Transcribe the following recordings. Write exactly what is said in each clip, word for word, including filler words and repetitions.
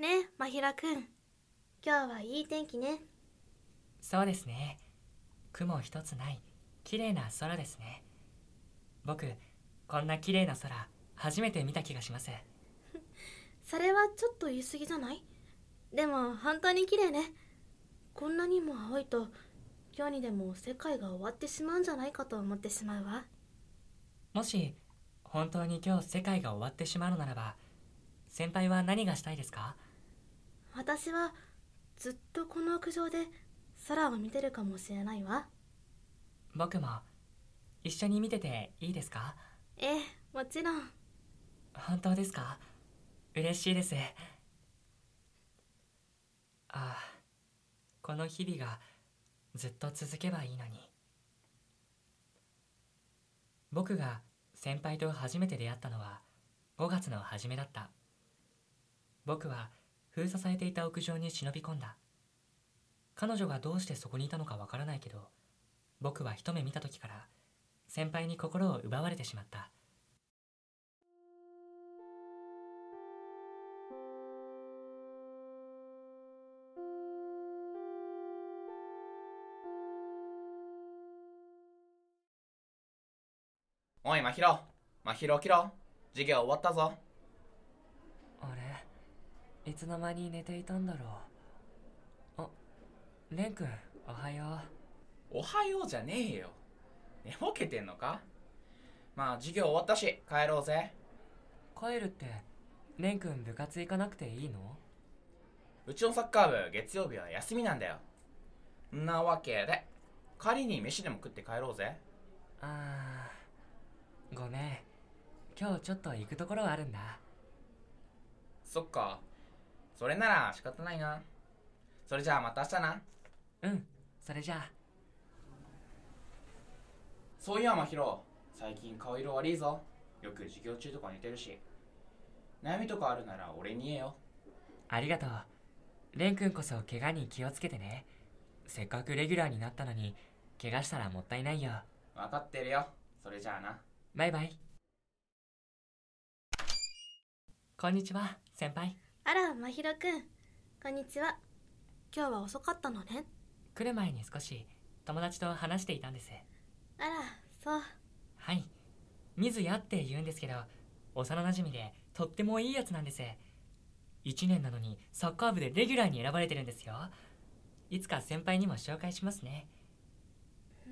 ねえ、まひろくん。今日はいい天気ね。 そうですね。雲一つない綺麗な空ですね。僕、こんな綺麗な空初めて見た気がします。 それはちょっと言い過ぎじゃない？でも本当に綺麗ね。こんなにも青いと、今日にでも世界が終わってしまうんじゃないかと思ってしまうわ。 もし本当に今日世界が終わってしまうのならば、先輩は何がしたいですか？ 私はずっとこの屋上で空を見てるかもしれないわ。 僕も一緒に見てていいですか？ ええ、もちろん。 本当ですか？嬉しいです。ああ、この日々がずっと続けばいいのに。僕が先輩と初めて出会ったのはごがつの初めだった。僕は封鎖されていた屋上に忍び込んだ。彼女がどうしてそこにいたのかわからないけど、僕は一目見た時から先輩に心を奪われてしまった。 おい、まひろ。まひろ起きろ。授業終わったぞ。 あれ、いつの間に寝ていたんだろう。あ、レン君、おはよおはようじゃねえよ。寝ぼけてんのか？まあ授業終わったし帰ろうぜ。 う。帰るって、レン君部活行かなくていいの？ うちのサッカー部月曜日は休みなんだよ。んなわけで帰りに飯でも食って帰ろうぜ。 あー、ごめん。今日ちょっと行くところあるんだ。 そっか。それなら仕方ないな。それじゃあまた明日な。 うん、それじゃあ。 そういやまひろ、最近顔色悪いぞ。よく授業中とか寝てるし。悩みとかあるなら俺に言えよ。 ありがとう。レン君こそ怪我に気をつけてね。せっかくレギュラーになったのに、怪我したらもったいないよ。 分かってるよ。それじゃあな。 バイバイ。こんにちは、先輩。 あら、まひろくん。こんにちは。今日は遅かったのね。 来る前に少し友達と話していたんです。 あら、そう。 はい。水谷って言うんですけど、幼馴染でとってもいいやつなんです。いちねんなのにサッカー部でレギュラーに選ばれてるんですよ。いつか先輩にも紹介しますね。 うん、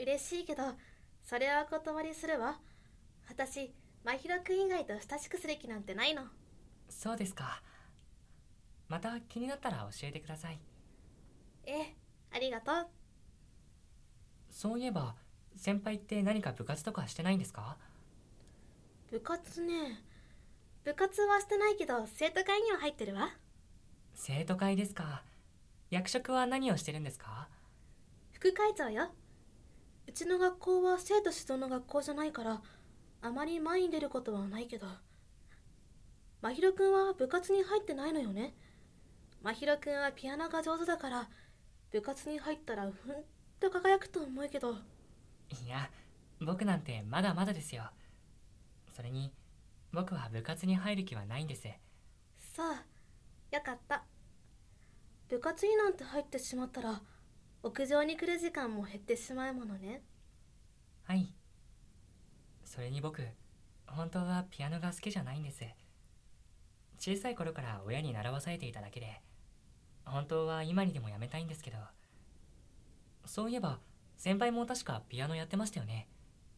嬉しいけど、それはお断りするわ。私、まひろくん以外と親しくする気なんてないの。 そうですか。また気になったら教えてください。 ええ、ありがとう。 そういえば、先輩って何か部活とかしてないんですか？ 部活ね。部活はしてないけど、生徒会には入ってるわ。 生徒会ですか。役職は何をしてるんですか？ 副会長よ。うちの学校は生徒指導の学校じゃないから、あまり前に出ることはないけど。まひろくんは部活に入ってないのよね。まひろくんはピアノが上手だから、部活に入ったらふんと輝くと思うけど。 いや、僕なんてまだまだですよ。それに、僕は部活に入る気はないんです。 そう、よかった。部活になんて入ってしまったら、屋上に来る時間も減ってしまうものね。 はい。それに僕、本当はピアノが好きじゃないんです。小さい頃から親に習わされていただけで、本当は今にでもやめたいんですけど。そういえば、先輩も確かピアノやってましたよね。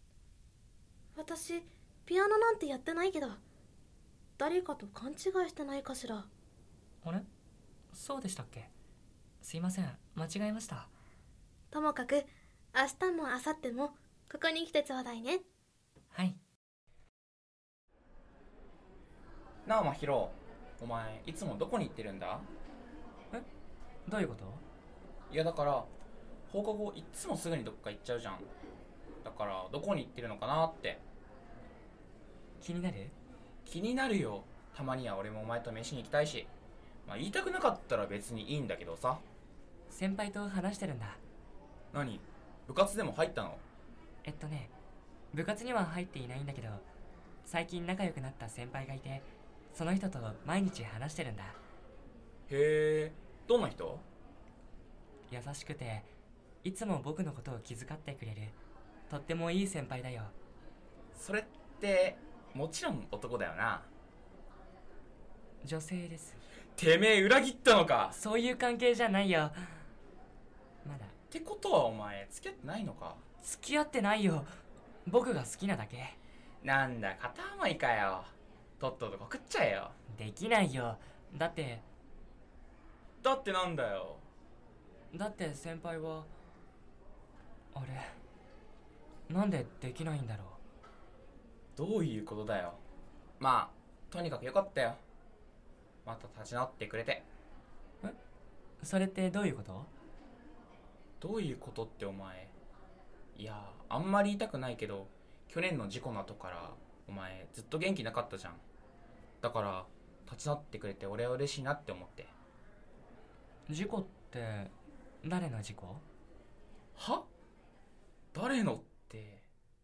私、ピアノなんてやってないけど、誰かと勘違いしてないかしら。 あれ？そうでしたっけ？すいません、間違えました。 ともかく、明日も明後日もここに来てちょうだいね。 はい。 なあまひろ、お前いつもどこに行ってるんだ？ え？どういうこと？ いやだから放課後いっつもすぐにどっか行っちゃうじゃん。だからどこに行ってるのかなって。 気になる？ 気になるよ。たまには俺もお前と飯に行きたいし。まあ言いたくなかったら別にいいんだけどさ。 先輩と話してるんだ。 何？部活でも入ったの？ えっとね、部活には入っていないんだけど、最近仲良くなった先輩がいて、その人と毎日話してるんだ。 へえ、どんな人？ 優しくていつも僕のことを気遣ってくれるとってもいい先輩だよ。 それってもちろん男だよな。 女性です。 てめえ裏切ったのか。 そういう関係じゃないよ。まだ。 ってことはお前付き合ってないのか？ 付き合ってないよ。僕が好きなだけ。 なんだ片思いかよ。とっとと告っちゃえよ。 できないよ。だってだってなんだよ。 だって先輩はあれ、なんでできないんだろどういうことだよ。まあとにかくよかったよ、また立ち直ってくれて。 う。え、それってどういうこと？ どういうことってお前、いやあんまり言いたくないけど、去年の事故の後からお前ずっと元気なかったじゃん。だから立ち直ってくれて俺は嬉しいなって思って。 事故って誰の事故？ は？誰のって。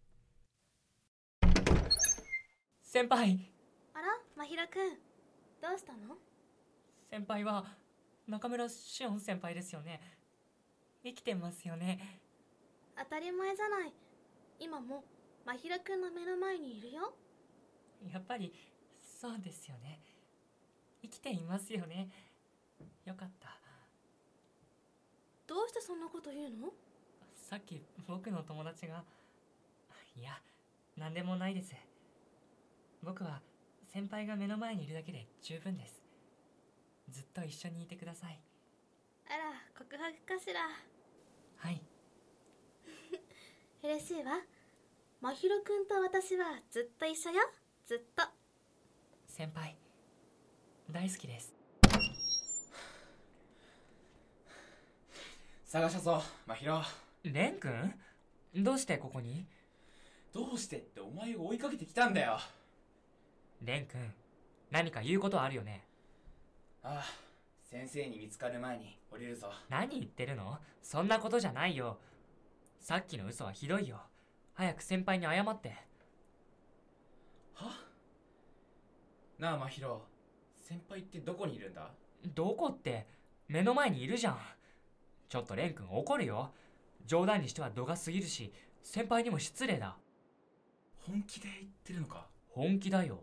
先輩。 あら、まひろくん、どうしたの？ 先輩は中村紫音先輩ですよね。生きてますよね。 当たり前じゃない。今もまひろくんの目の前にいるよ。 やっぱりそうですよね。生きていますよね。よかった。 どうしてそんなこと言うの？ さっき僕の友達が、いや、なんでもないです。僕は先輩が目の前にいるだけで十分です。ずっと一緒にいてください。 あら、告白かしら。 はい。 嬉しいわ。まひろくんと私はずっと一緒よ。ずっと。 先輩、大好きです。 探したぞまひろ。 レン君、どうしてここに？ どうしてってお前を追いかけてきたんだよ。 レン君、何か言うことあるよね？ ああ、先生に見つかる前に降りるぞ。 何言ってるの？そんなことじゃないよ。さっきの嘘はひどいよ。早く先輩に謝って。 は？なあまひろ、先輩ってどこにいるんだ？ どこって目の前にいるじゃん。ちょっとレン君怒るよ。冗談にしては度が過ぎるし、先輩にも失礼だ。 本気で言ってるのか？ 本気だよ。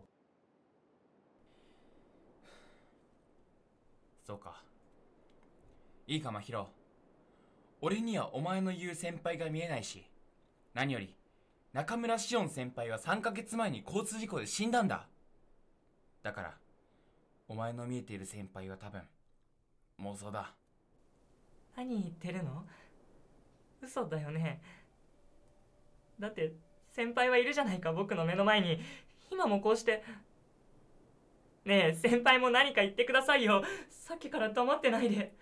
そうか。いいかまひろ、俺にはお前の言う先輩が見えないし、何より中村紫音先輩はさんかげつまえに交通事故で死んだんだ。だからお前の見えている先輩は多分妄想だ。 何言ってるの？嘘だよね。だって先輩はいるじゃないか、僕の目の前に。今もこうして。ねえ、先輩も何か言ってくださいよ。さっきから黙ってないで。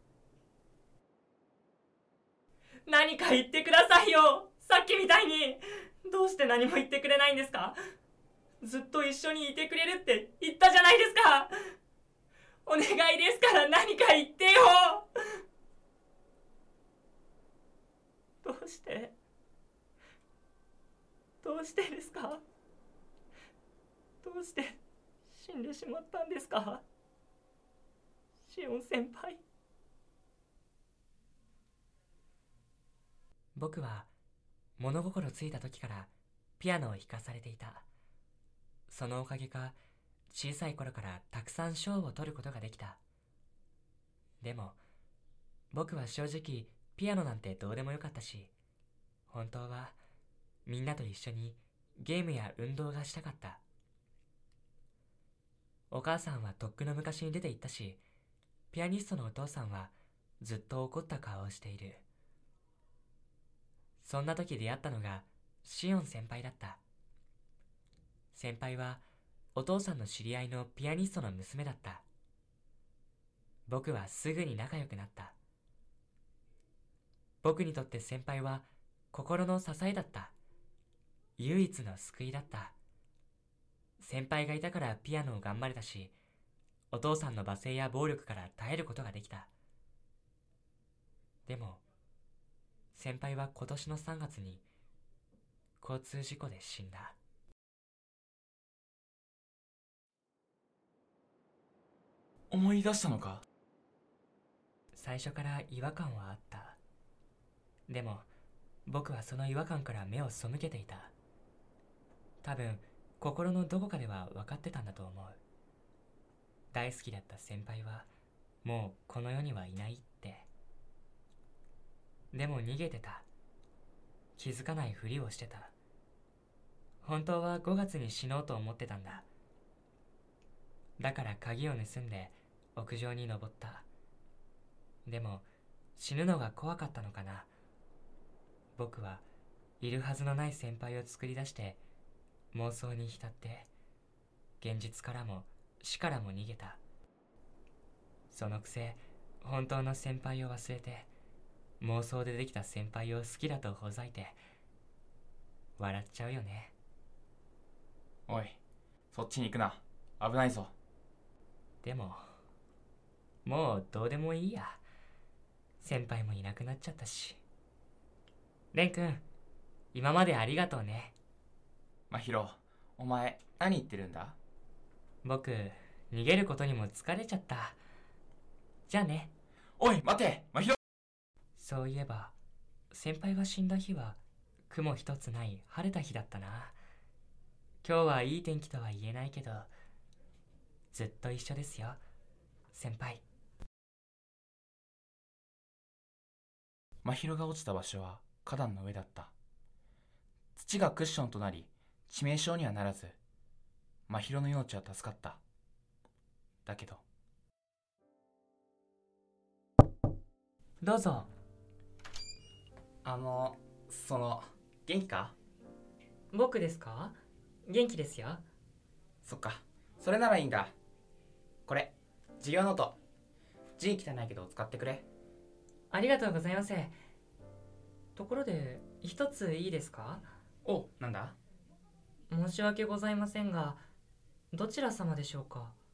何か言ってくださいよ。さっきみたいに。どうして何も言ってくれないんですか？ずっと一緒にいてくれるって言ったじゃないですか。お願いですから何か言ってよ。どうしてどうしてですか？どうして死んでしまったんですか？シオン先輩。僕は物心ついた時からピアノを弾かされていた。そのおかげか小さい頃からたくさん賞を取ることができた。でも僕は正直ピアノなんてどうでもよかったし、本当はみんなと一緒にゲームや運動がしたかった。お母さんはとっくの昔に出て行ったし、ピアニストのお父さんはずっと怒った顔をしている。そんな時出会ったのがシオン先輩だった。先輩はお父さんの知り合いのピアニストの娘だった。僕はすぐに仲良くなった。僕にとって先輩は心の支えだった。唯一の救いだった。先輩がいたからピアノを頑張れたし、お父さんの罵声や暴力から耐えることができた。でも先輩は今年のさんがつに交通事故で死んだ。 思い出したのか？ 最初から違和感はあった。でも僕はその違和感から目を背けていた。多分心のどこかでは分かってたんだと思う。大好きだった先輩はもうこの世にはいないって。でも逃げてた。気づかないふりをしてた。本当はごがつに死のうと思ってたんだ。だから鍵を盗んで屋上に登った。でも死ぬのが怖かったのかな。僕はいるはずのない先輩を作り出して妄想に浸って現実からも死からも逃げた。そのくせ本当の先輩を忘れて妄想でできた先輩を好きだとほざいて笑っちゃうよね。 おい、そっちに行くな。危ないぞ。 でももうどうでもいいや。先輩もいなくなっちゃったし。蓮くん、今までありがとうね。 真宙、お前何言ってるんだ？ 僕逃げることにも疲れちゃった。じゃあね。 おい待て、真宙。 そういえば先輩が死んだ日は雲一つない晴れた日だったな。今日はいい天気とは言えないけどずっと一緒ですよ先輩。 真宙が落ちた場所は花壇の上だった。土がクッションとなり致命傷にはならず真宙の命は助かった。だけどどうぞ。 あのその元気か？ 僕ですか？元気ですよ。 そっか、それならいいんだ。これ授業ノート、字汚いけど使ってくれ。 ありがとうございます。ところで一ついいですか？ お、なんだ？ 申し訳ございませんがどちら様でしょうか？